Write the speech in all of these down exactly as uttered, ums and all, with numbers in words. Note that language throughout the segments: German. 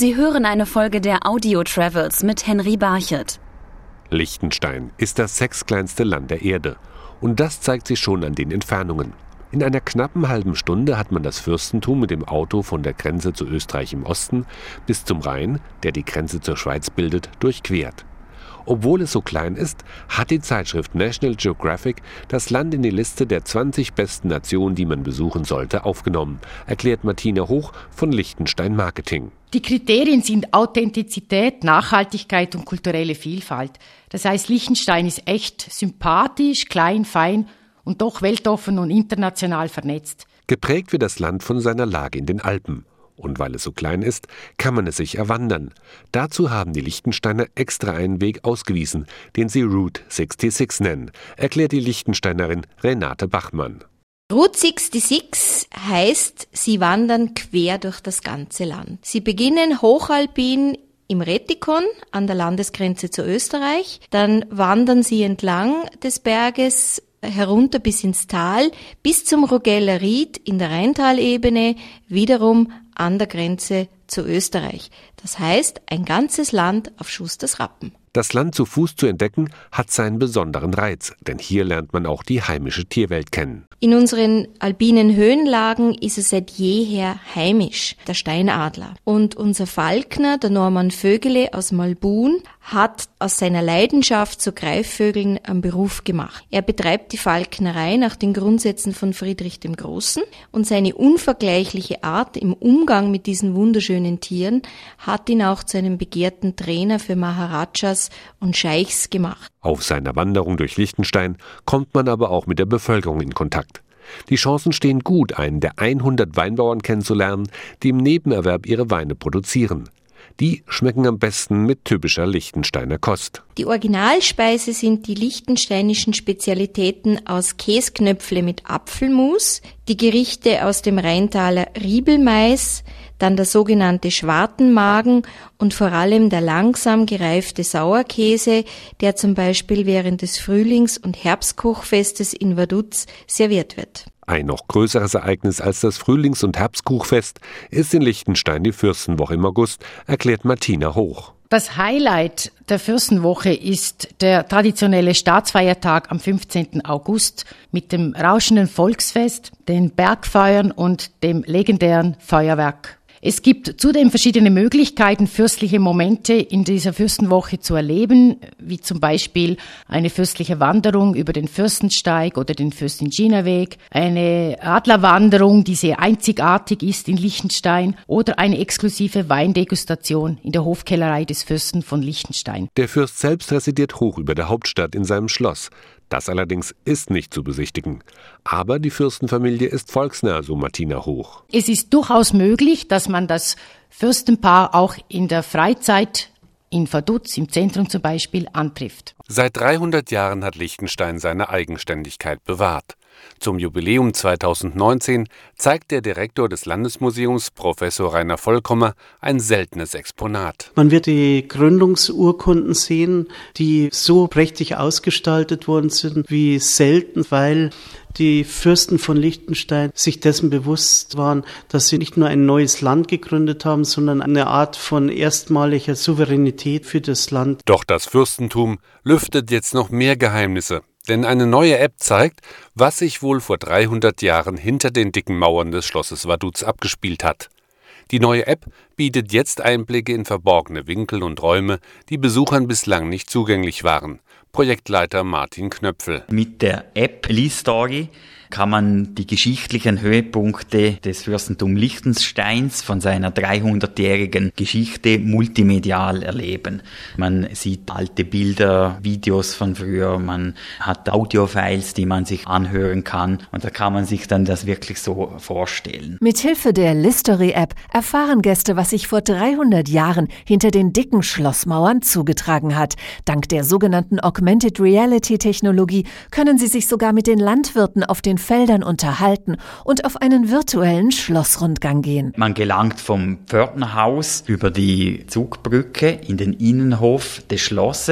Sie hören eine Folge der Audio Travels mit Henry Barchet. Liechtenstein ist das sechstkleinste Land der Erde. Und das zeigt sich schon an den Entfernungen. In einer knappen halben Stunde hat man das Fürstentum mit dem Auto von der Grenze zu Österreich im Osten bis zum Rhein, der die Grenze zur Schweiz bildet, durchquert. Obwohl es so klein ist, hat die Zeitschrift National Geographic das Land in die Liste der zwanzig besten Nationen, die man besuchen sollte, aufgenommen, erklärt Martina Hoch von Liechtenstein Marketing. Die Kriterien sind Authentizität, Nachhaltigkeit und kulturelle Vielfalt. Das heißt, Liechtenstein ist echt sympathisch, klein, fein und doch weltoffen und international vernetzt. Geprägt wird das Land von seiner Lage in den Alpen. Und weil es so klein ist, kann man es sich erwandern. Dazu haben die Liechtensteiner extra einen Weg ausgewiesen, den sie Route sechsundsechzig nennen, erklärt die Liechtensteinerin Renate Bachmann. Route sechsundsechzig heißt, sie wandern quer durch das ganze Land. Sie beginnen hochalpin im Rettikon an der Landesgrenze zu Österreich, dann wandern sie entlang des Berges herunter bis ins Tal, bis zum Rogeller Ried in der Rheintalebene, wiederum an der Grenze zu Österreich. Das heißt, ein ganzes Land auf Schusters Rappen. Das Land zu Fuß zu entdecken, hat seinen besonderen Reiz, denn hier lernt man auch die heimische Tierwelt kennen. In unseren alpinen Höhenlagen ist es seit jeher heimisch, der Steinadler. Und unser Falkner, der Norman Vögele aus Malbun, hat aus seiner Leidenschaft zu Greifvögeln einen Beruf gemacht. Er betreibt die Falknerei nach den Grundsätzen von Friedrich dem Großen und seine unvergleichliche Art im Umgang mit diesen wunderschönen Tieren hat ihn auch zu einem begehrten Trainer für Maharajas und Scheichs gemacht. Auf seiner Wanderung durch Liechtenstein kommt man aber auch mit der Bevölkerung in Kontakt. Die Chancen stehen gut, einen der hundert Weinbauern kennenzulernen, die im Nebenerwerb ihre Weine produzieren. Die schmecken am besten mit typischer Liechtensteiner Kost. Die Originalspeise sind die liechtensteinischen Spezialitäten aus Käsknöpfle mit Apfelmus, die Gerichte aus dem Rheintaler Riebelmais, dann der sogenannte Schwartenmagen und vor allem der langsam gereifte Sauerkäse, der zum Beispiel während des Frühlings- und Herbstkochfestes in Vaduz serviert wird. Ein noch größeres Ereignis als das Frühlings- und Herbstkuchfest ist in Liechtenstein die Fürstenwoche im August, erklärt Martina Hoch. Das Highlight der Fürstenwoche ist der traditionelle Staatsfeiertag am fünfzehnten August mit dem rauschenden Volksfest, den Bergfeuern und dem legendären Feuerwerk. Es gibt zudem verschiedene Möglichkeiten, fürstliche Momente in dieser Fürstenwoche zu erleben, wie zum Beispiel eine fürstliche Wanderung über den Fürstensteig oder den Fürstin-Gina-Weg, eine Adlerwanderung, die sehr einzigartig ist in Liechtenstein, oder eine exklusive Weindegustation in der Hofkellerei des Fürsten von Liechtenstein. Der Fürst selbst residiert hoch über der Hauptstadt in seinem Schloss. Das allerdings ist nicht zu besichtigen. Aber die Fürstenfamilie ist volksnah, so Martina Hoch. Es ist durchaus möglich, dass man das Fürstenpaar auch in der Freizeit in Vaduz, im Zentrum zum Beispiel, antrifft. Seit dreihundert Jahren hat Liechtenstein seine Eigenständigkeit bewahrt. Zum Jubiläum zweitausendneunzehn zeigt der Direktor des Landesmuseums, Professor Rainer Vollkommer, ein seltenes Exponat. Man wird die Gründungsurkunden sehen, die so prächtig ausgestaltet worden sind wie selten, weil die Fürsten von Liechtenstein sich dessen bewusst waren, dass sie nicht nur ein neues Land gegründet haben, sondern eine Art von erstmaliger Souveränität für das Land. Doch das Fürstentum lüftet jetzt noch mehr Geheimnisse. Denn eine neue App zeigt, was sich wohl vor dreihundert Jahren hinter den dicken Mauern des Schlosses Vaduz abgespielt hat. Die neue App bietet jetzt Einblicke in verborgene Winkel und Räume, die Besuchern bislang nicht zugänglich waren. Projektleiter Martin Knöpfel. Mit der App Listory kann man die geschichtlichen Höhepunkte des Fürstentums Liechtensteins von seiner dreihundertjährigen Geschichte multimedial erleben. Man sieht alte Bilder, Videos von früher, man hat Audiofiles, die man sich anhören kann, und da kann man sich dann das wirklich so vorstellen. Mithilfe der Listory-App erfahren Gäste, was sich vor dreihundert Jahren hinter den dicken Schlossmauern zugetragen hat. Dank der sogenannten Augmented Reality-Technologie können sie sich sogar mit den Landwirten auf den Feldern unterhalten und auf einen virtuellen Schlossrundgang gehen. Man gelangt vom Pförtnerhaus über die Zugbrücke in den Innenhof des Schlosses,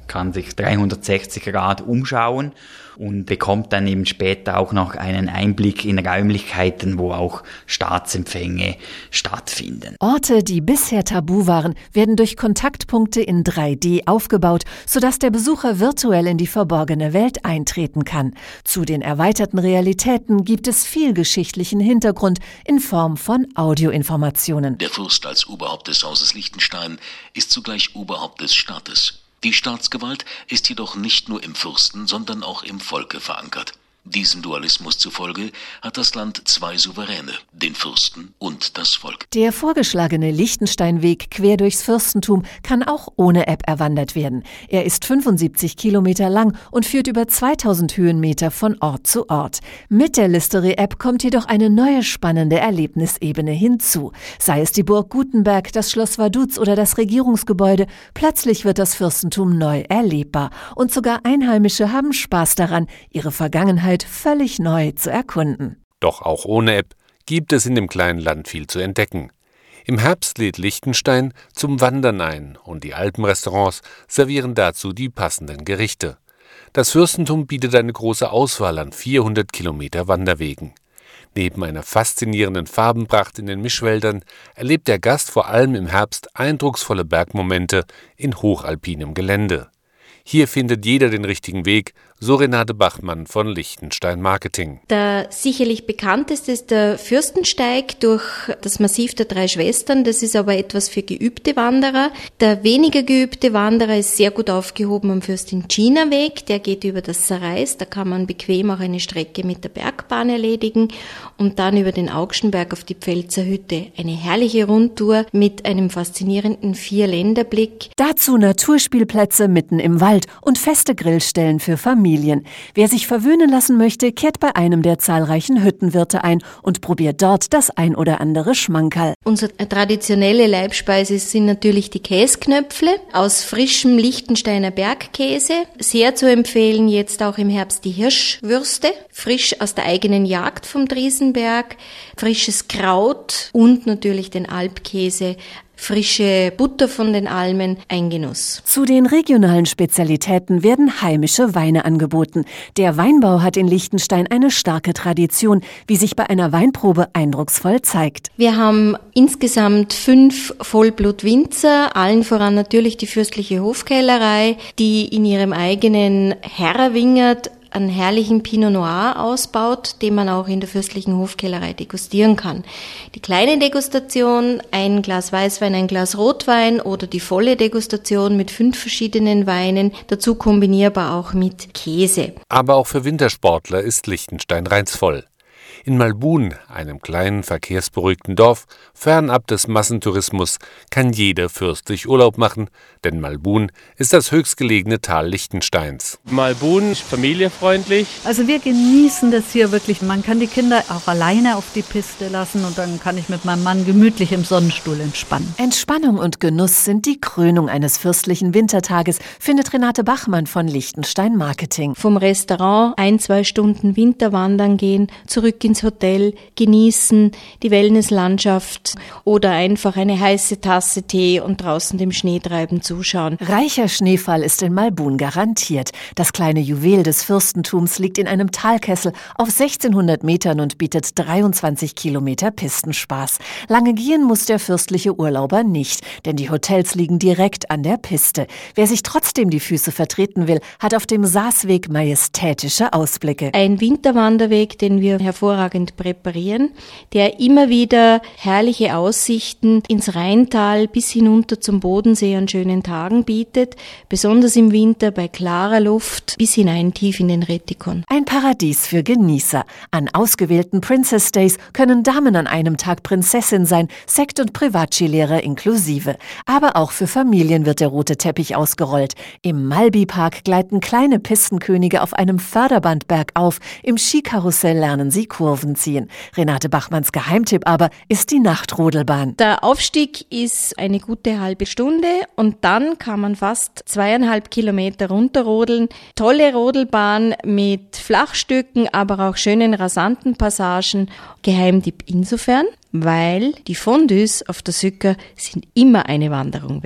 kann sich dreihundertsechzig Grad umschauen und bekommt dann eben später auch noch einen Einblick in Räumlichkeiten, wo auch Staatsempfänge stattfinden. Orte, die bisher tabu waren, werden durch Kontaktpunkte in drei D aufgebaut, sodass der Besucher virtuell in die verborgene Welt eintreten kann. Zu den erweiterten Realitäten gibt es viel geschichtlichen Hintergrund in Form von Audioinformationen. Der Fürst als Oberhaupt des Hauses Liechtenstein ist zugleich Oberhaupt des Staates. Die Staatsgewalt ist jedoch nicht nur im Fürsten, sondern auch im Volke verankert. Diesem Dualismus zufolge hat das Land zwei Souveräne, den Fürsten und das Volk. Der vorgeschlagene Liechtensteinweg quer durchs Fürstentum kann auch ohne App erwandert werden. Er ist fünfundsiebzig Kilometer lang und führt über zweitausend Höhenmeter von Ort zu Ort. Mit der Listery-App kommt jedoch eine neue spannende Erlebnisebene hinzu. Sei es die Burg Gutenberg, das Schloss Vaduz oder das Regierungsgebäude, plötzlich wird das Fürstentum neu erlebbar. Und sogar Einheimische haben Spaß daran, ihre Vergangenheit völlig neu zu erkunden. Doch auch ohne App gibt es in dem kleinen Land viel zu entdecken. Im Herbst lädt Liechtenstein zum Wandern ein und die Alpenrestaurants servieren dazu die passenden Gerichte. Das Fürstentum bietet eine große Auswahl an vierhundert Kilometer Wanderwegen. Neben einer faszinierenden Farbenpracht in den Mischwäldern erlebt der Gast vor allem im Herbst eindrucksvolle Bergmomente in hochalpinem Gelände. Hier findet jeder den richtigen Weg, so Renate Bachmann von Liechtenstein Marketing. Der sicherlich bekannteste ist der Fürstensteig durch das Massiv der drei Schwestern. Das ist aber etwas für geübte Wanderer. Der weniger geübte Wanderer ist sehr gut aufgehoben am Fürstin-Gina-Weg. Der geht über das Sarais. Da kann man bequem auch eine Strecke mit der Bergbahn erledigen und dann über den Augschenberg auf die Pfälzer Hütte. Eine herrliche Rundtour mit einem faszinierenden Vierländerblick. Dazu Naturspielplätze mitten im Wald und feste Grillstellen für Familien. Wer sich verwöhnen lassen möchte, kehrt bei einem der zahlreichen Hüttenwirte ein und probiert dort das ein oder andere Schmankerl. Unsere traditionelle Leibspeise sind natürlich die Käsknöpfle aus frischem Liechtensteiner Bergkäse. Sehr zu empfehlen jetzt auch im Herbst die Hirschwürste, frisch aus der eigenen Jagd vom Driesenberg, frisches Kraut und natürlich den Alpkäse. Frische Butter von den Almen, ein Genuss. Zu den regionalen Spezialitäten werden heimische Weine angeboten. Der Weinbau hat in Liechtenstein eine starke Tradition, wie sich bei einer Weinprobe eindrucksvoll zeigt. Wir haben insgesamt fünf Vollblut-Winzer, allen voran natürlich die fürstliche Hofkellerei, die in ihrem eigenen Herrwingert einen herrlichen Pinot Noir ausbaut, den man auch in der fürstlichen Hofkellerei degustieren kann. Die kleine Degustation, ein Glas Weißwein, ein Glas Rotwein oder die volle Degustation mit fünf verschiedenen Weinen, dazu kombinierbar auch mit Käse. Aber auch für Wintersportler ist Liechtenstein reizvoll. In Malbun, einem kleinen verkehrsberuhigten Dorf, fernab des Massentourismus, kann jeder fürstlich Urlaub machen, denn Malbun ist das höchstgelegene Tal Liechtensteins. Malbun ist familienfreundlich. Also wir genießen das hier wirklich. Man kann die Kinder auch alleine auf die Piste lassen und dann kann ich mit meinem Mann gemütlich im Sonnenstuhl entspannen. Entspannung und Genuss sind die Krönung eines fürstlichen Wintertages, findet Renate Bachmann von Liechtenstein Marketing. Vom Restaurant ein, zwei Stunden Winterwandern gehen, zurück ins Hotel, genießen die Wellnesslandschaft oder einfach eine heiße Tasse Tee und draußen dem Schneetreiben zuschauen. Reicher Schneefall ist in Malbun garantiert. Das kleine Juwel des Fürstentums liegt in einem Talkessel auf sechzehnhundert Metern und bietet dreiundzwanzig Kilometer Pistenspaß. Lange gehen muss der fürstliche Urlauber nicht, denn die Hotels liegen direkt an der Piste. Wer sich trotzdem die Füße vertreten will, hat auf dem Saasweg majestätische Ausblicke. Ein Winterwanderweg, den wir hervorragend präparieren, der immer wieder herrliche Aussichten ins Rheintal bis hinunter zum Bodensee an schönen Tagen bietet, besonders im Winter bei klarer Luft bis hinein tief in den Retikon. Ein Paradies für Genießer. An ausgewählten Princess Days können Damen an einem Tag Prinzessin sein, Sekt- und Privatskilehrer inklusive. Aber auch für Familien wird der rote Teppich ausgerollt. Im Malbi-Park gleiten kleine Pistenkönige auf einem Förderband bergauf. Im Skikarussell lernen sie Kurven ziehen. Renate Bachmanns Geheimtipp aber ist die Nachtrodelbahn. Der Aufstieg ist eine gute halbe Stunde und dann kann man fast zweieinhalb Kilometer runterrodeln. Tolle Rodelbahn mit Flachstücken, aber auch schönen rasanten Passagen. Geheimtipp insofern, weil die Fondues auf der Sücker sind immer eine Wanderung wert.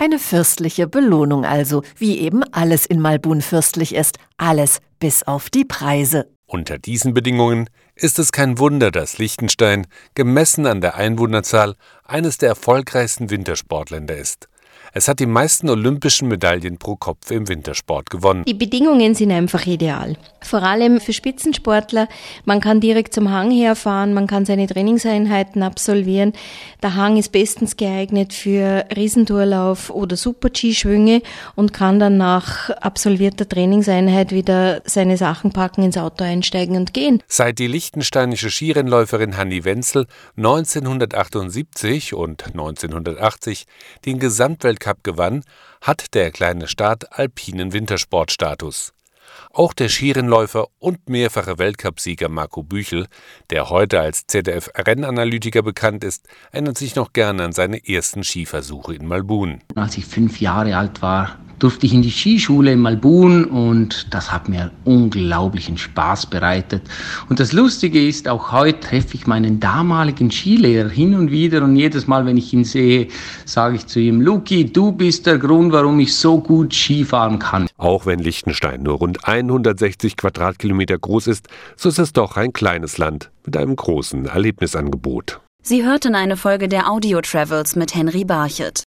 Eine fürstliche Belohnung also, wie eben alles in Malbun fürstlich ist. Alles bis auf die Preise. Unter diesen Bedingungen ist es kein Wunder, dass Liechtenstein, gemessen an der Einwohnerzahl, eines der erfolgreichsten Wintersportländer ist. Es hat die meisten olympischen Medaillen pro Kopf im Wintersport gewonnen. Die Bedingungen sind einfach ideal. Vor allem für Spitzensportler. Man kann direkt zum Hang herfahren, man kann seine Trainingseinheiten absolvieren. Der Hang ist bestens geeignet für Riesentourlauf oder Super-G-Schwünge und kann dann nach absolvierter Trainingseinheit wieder seine Sachen packen, ins Auto einsteigen und gehen. Seit die liechtensteinische Skirennläuferin Hanni Wenzel neunzehnhundertachtundsiebzig und neunzehnhundertachtzig den Gesamtweltcup gewann, hat der kleine Staat alpinen Wintersportstatus. Auch der Skirennläufer und mehrfache Weltcupsieger Marco Büchel, der heute als Z D F-Rennanalytiker bekannt ist, erinnert sich noch gerne an seine ersten Skiversuche in Malbun. Als ich fünf Jahre alt war, durfte ich in die Skischule in Malbun und das hat mir unglaublichen Spaß bereitet. Und das Lustige ist, auch heute treffe ich meinen damaligen Skilehrer hin und wieder und jedes Mal, wenn ich ihn sehe, sage ich zu ihm: Luki, du bist der Grund, warum ich so gut Skifahren kann. Auch wenn Liechtenstein nur rund hundertsechzig Quadratkilometer groß ist, so ist es doch ein kleines Land mit einem großen Erlebnisangebot. Sie hörten eine Folge der Audio Travels mit Henry Barchet.